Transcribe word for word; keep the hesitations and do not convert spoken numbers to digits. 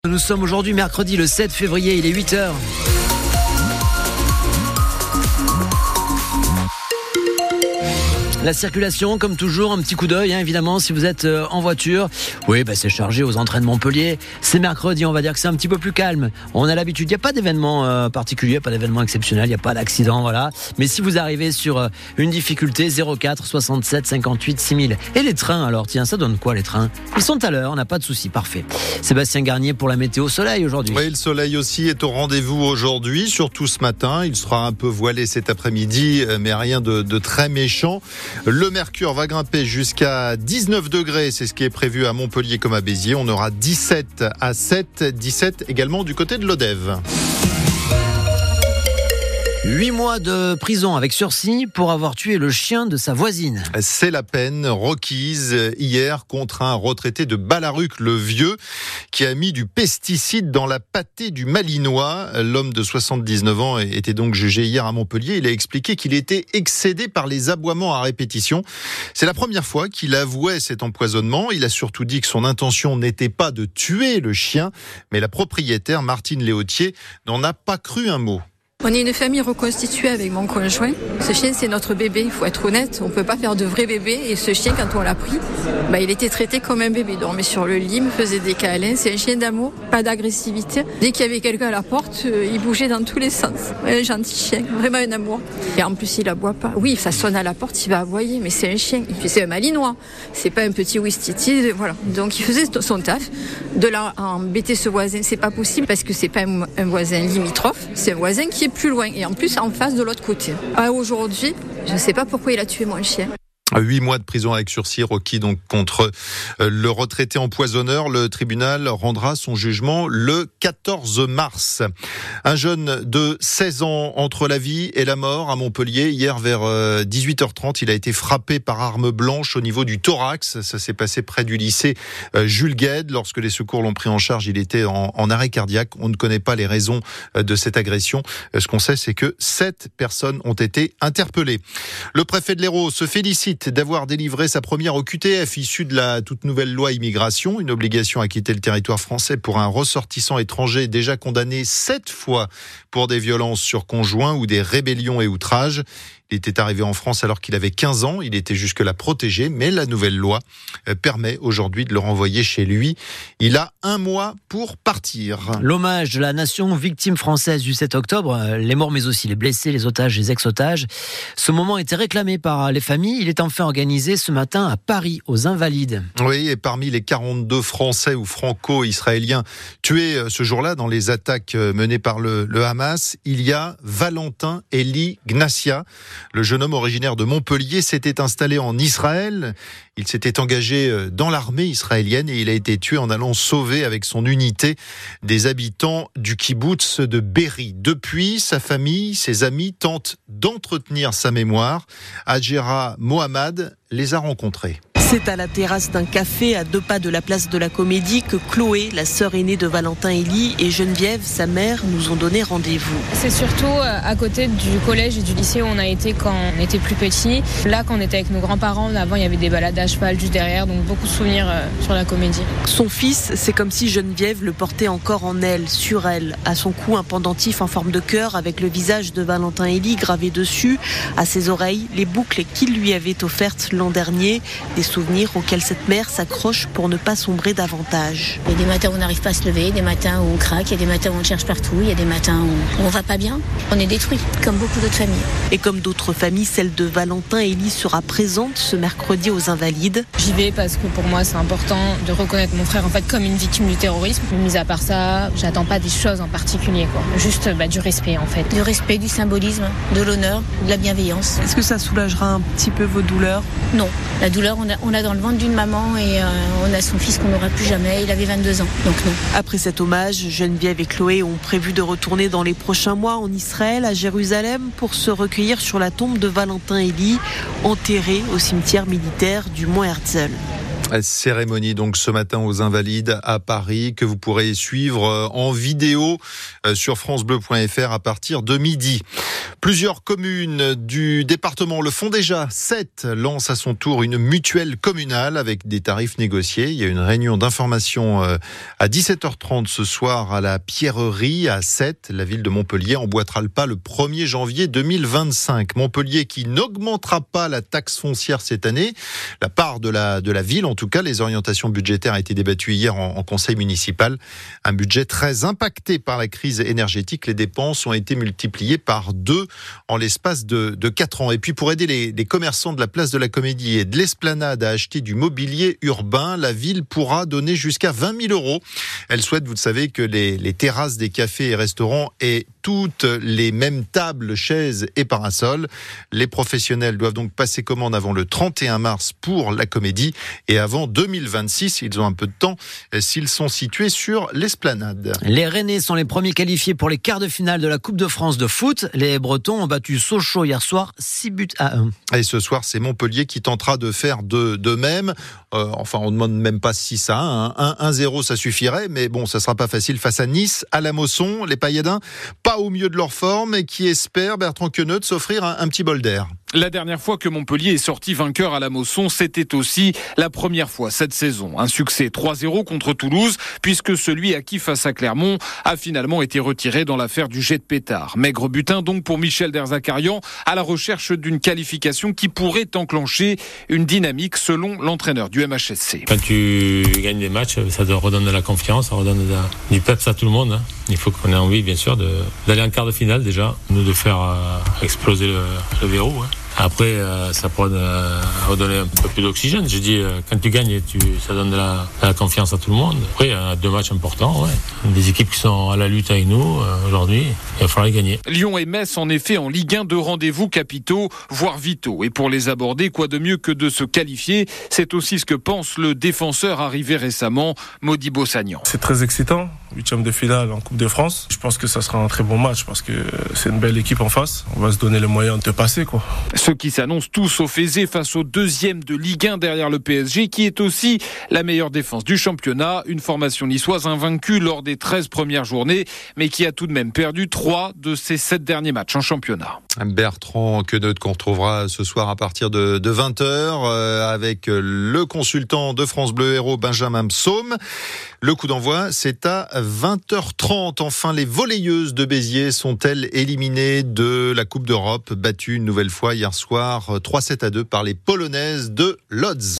Nous sommes aujourd'hui mercredi le sept février, il est huit heures. La circulation, comme toujours, un petit coup d'œil, hein, évidemment, si vous êtes euh, en voiture. Oui, bah, c'est chargé aux entrées de Montpellier. C'est mercredi, on va dire que c'est un petit peu plus calme. On a l'habitude, il n'y a pas d'événement euh, particulier, pas d'événement exceptionnel, il n'y a pas d'accident, voilà. Mais si vous arrivez sur euh, une difficulté, zéro quatre soixante-sept cinquante-huit six mille. Et les trains, alors, tiens, ça donne quoi les trains? Ils sont à l'heure, on n'a pas de souci, parfait. Sébastien Garnier pour la météo soleil aujourd'hui. Oui, le soleil aussi est au rendez-vous aujourd'hui, surtout ce matin. Il sera un peu voilé cet après-midi, mais rien de, de très méchant. Le mercure va grimper jusqu'à dix-neuf degrés, c'est ce qui est prévu à Montpellier comme à Béziers. On aura dix-sept à sept, dix-sept également du côté de l'Odève. Huit mois de prison avec sursis pour avoir tué le chien de sa voisine. C'est la peine requise hier contre un retraité de Balaruc le Vieux qui a mis du pesticide dans la pâtée du Malinois. L'homme de soixante-dix-neuf ans était donc jugé hier à Montpellier. Il a expliqué qu'il était excédé par les aboiements à répétition. C'est la première fois qu'il avouait cet empoisonnement. Il a surtout dit que son intention n'était pas de tuer le chien, mais la propriétaire Martine Léautier n'en a pas cru un mot. On est une famille reconstituée avec mon conjoint. Ce chien, c'est notre bébé, il faut être honnête. On ne peut pas faire de vrai bébé. Et ce chien, quand on l'a pris, bah, il était traité comme un bébé. Il dormait sur le lit, il me faisait des câlins. C'est un chien d'amour, pas d'agressivité. Dès qu'il y avait quelqu'un à la porte, euh, il bougeait dans tous les sens. Un gentil chien, vraiment un amour. Et en plus, il aboie pas. Oui, ça sonne à la porte, il va aboyer, mais c'est un chien. C'est un malinois. C'est pas un petit ouistiti. Voilà. Donc, il faisait son taf. De là à embêter ce voisin, c'est pas possible parce que c'est pas un, un voisin limitrophe. C'est un voisin qui est plus loin et en plus en face de l'autre côté. À aujourd'hui, je ne sais pas pourquoi il a tué mon chien. Huit mois de prison avec sursis requis donc contre le retraité empoisonneur. Le tribunal rendra son jugement le quatorze mars. Un jeune de seize ans entre la vie et la mort à Montpellier. Hier vers dix-huit heures trente, il a été frappé par arme blanche au niveau du thorax. Ça s'est passé près du lycée Jules Guesde. Lorsque les secours l'ont pris en charge, il était en, en arrêt cardiaque. On ne connaît pas les raisons de cette agression. Ce qu'on sait, c'est que sept personnes ont été interpellées. Le préfet de l'Hérault se félicite d'avoir délivré sa première O Q T F issue de la toute nouvelle loi immigration, une obligation à quitter le territoire français pour un ressortissant étranger déjà condamné sept fois pour des violences sur conjoint ou des rébellions et outrages. Il était arrivé en France alors qu'il avait quinze ans, il était jusque-là protégé, mais la nouvelle loi permet aujourd'hui de le renvoyer chez lui. Il a un mois pour partir. L'hommage de la nation aux victimes françaises du sept octobre, les morts mais aussi les blessés, les otages, les ex-otages. Ce moment était réclamé par les familles. Il est enfin organisé ce matin à Paris, aux Invalides. Oui, et parmi les quarante-deux Français ou franco-israéliens tués ce jour-là dans les attaques menées par le, le Hamas, il y a Valentin Eli Gnacia. Le jeune homme originaire de Montpellier s'était installé en Israël. Il s'était engagé dans l'armée israélienne et il a été tué en allant sauver avec son unité des habitants du kibboutz de Be'eri. Depuis, sa famille, ses amis tentent d'entretenir sa mémoire. Hadjera Mohamed les a rencontrés. C'est à la terrasse d'un café à deux pas de la place de la Comédie que Chloé, la sœur aînée de Valentin Eli, et Geneviève, sa mère, nous ont donné rendez-vous. C'est surtout à côté du collège et du lycée où on a été quand on était plus petit. Là, quand on était avec nos grands-parents, avant il y avait des balades à cheval juste derrière, donc beaucoup de souvenirs sur la Comédie. Son fils, c'est comme si Geneviève le portait encore en elle, sur elle. À son cou, un pendentif en forme de cœur avec le visage de Valentin Eli gravé dessus. À ses oreilles, les boucles qu'il lui avait offertes l'an dernier. Des souvenirs auxquels cette mère s'accroche pour ne pas sombrer davantage. Il y a des matins où on n'arrive pas à se lever, des matins où on craque, il y a des matins où on cherche partout, il y a des matins où on va pas bien. On est détruit, comme beaucoup d'autres familles. Et comme d'autres familles, celle de Valentin Eli sera présente ce mercredi aux Invalides. J'y vais parce que pour moi c'est important de reconnaître mon frère en fait comme une victime du terrorisme. Mis à part ça, j'attends pas des choses en particulier, quoi. Juste bah, du respect en fait. Du respect, du symbolisme, de l'honneur, de la bienveillance. Est-ce que ça soulagera un petit peu vos douleurs? Non, la douleur on a, on a dans le ventre d'une maman et euh, on a son fils qu'on n'aura plus jamais. Il avait vingt-deux ans, donc non. Après cet hommage, Geneviève et Chloé ont prévu de retourner dans les prochains mois en Israël, à Jérusalem, pour se recueillir sur la tombe de Valentin Eli, enterré au cimetière militaire du Mont Herzl. Cérémonie donc ce matin aux Invalides à Paris que vous pourrez suivre en vidéo sur francebleu point f r à partir de midi. Plusieurs communes du département le font déjà. Sept lance à son tour une mutuelle communale avec des tarifs négociés. Il y a une réunion d'information à dix-sept heures trente ce soir à la Pierrerie à Sète. La ville de Montpellier emboîtera le pas le premier janvier deux mille vingt-cinq. Montpellier qui n'augmentera pas la taxe foncière cette année. La part de la, de la ville, en tout cas, les orientations budgétaires ont été débattues hier en, en conseil municipal. Un budget très impacté par la crise énergétique. Les dépenses ont été multipliées par deux en l'espace de, de quatre ans. Et puis pour aider les, les commerçants de la place de la Comédie et de l'Esplanade à acheter du mobilier urbain, la ville pourra donner jusqu'à vingt mille euros. Elle souhaite, vous le savez, que les, les terrasses des cafés et restaurants aient toutes les mêmes tables, chaises et parasols. Les professionnels doivent donc passer commande avant le trente et un mars pour la Comédie et avant deux mille vingt-six, ils ont un peu de temps s'ils sont situés sur l'Esplanade. Les Rennais sont les premiers qualifiés pour les quarts de finale de la Coupe de France de foot. Les Bretons ont battu Sochaux hier soir six buts à un. Et ce soir, c'est Montpellier qui tentera de faire de, de même. Euh, enfin, on ne demande même pas six à un. un un zéro, ça suffirait, mais bon, ça sera pas facile face à Nice, à la Mosson. Les Pailladins, pas au mieux de leur forme et qui espèrent, Bertrand Queneut, de s'offrir un, un petit bol d'air. La dernière fois que Montpellier est sorti vainqueur à la Mosson, c'était aussi la première fois cette saison. Un succès trois zéro contre Toulouse, puisque celui acquis face à Clermont a finalement été retiré dans l'affaire du jet de pétard. Maigre butin donc pour Michel Derzakarian, à la recherche d'une qualification qui pourrait enclencher une dynamique selon l'entraîneur du M H S C. Quand tu gagnes des matchs, ça te redonne de la confiance, ça redonne de la... du peps à tout le monde. Hein. Il faut qu'on ait envie, bien sûr, de... d'aller en quart de finale déjà, nous de faire euh, exploser le, le verrou. Hein. Après, euh, ça pourrait euh, redonner un peu plus d'oxygène. Je dis, euh, quand tu gagnes, tu, ça donne de la, de la confiance à tout le monde. Après, il y a deux matchs importants, ouais. Des équipes qui sont à la lutte avec nous euh, aujourd'hui. Il va falloir les gagner. Lyon et Metz, en effet, en Ligue un, deux rendez-vous capitaux, voire vitaux. Et pour les aborder, quoi de mieux que de se qualifier? C'est aussi ce que pense le défenseur arrivé récemment, Modibo Sagnan. C'est très excitant. Huitième de finale en Coupe de France. Je pense que ça sera un très bon match parce que c'est une belle équipe en face. On va se donner les moyens de passer, quoi. Ceux qui s'annoncent tous au Fézé face au deuxième de Ligue un derrière le P S G, qui est aussi la meilleure défense du championnat. Une formation niçoise invaincue lors des treize premières journées, mais qui a tout de même perdu trois de ses sept derniers matchs en championnat. Bertrand Queneut qu'on retrouvera ce soir à partir de, de vingt heures euh, avec le consultant de France Bleu Héros Benjamin Psaume. Le coup d'envoi, c'est à vingt heures trente. Enfin, les volleyeuses de Béziers sont-elles éliminées de la Coupe d'Europe, battues une nouvelle fois hier soir trois sept à deux par les Polonaises de Lodz.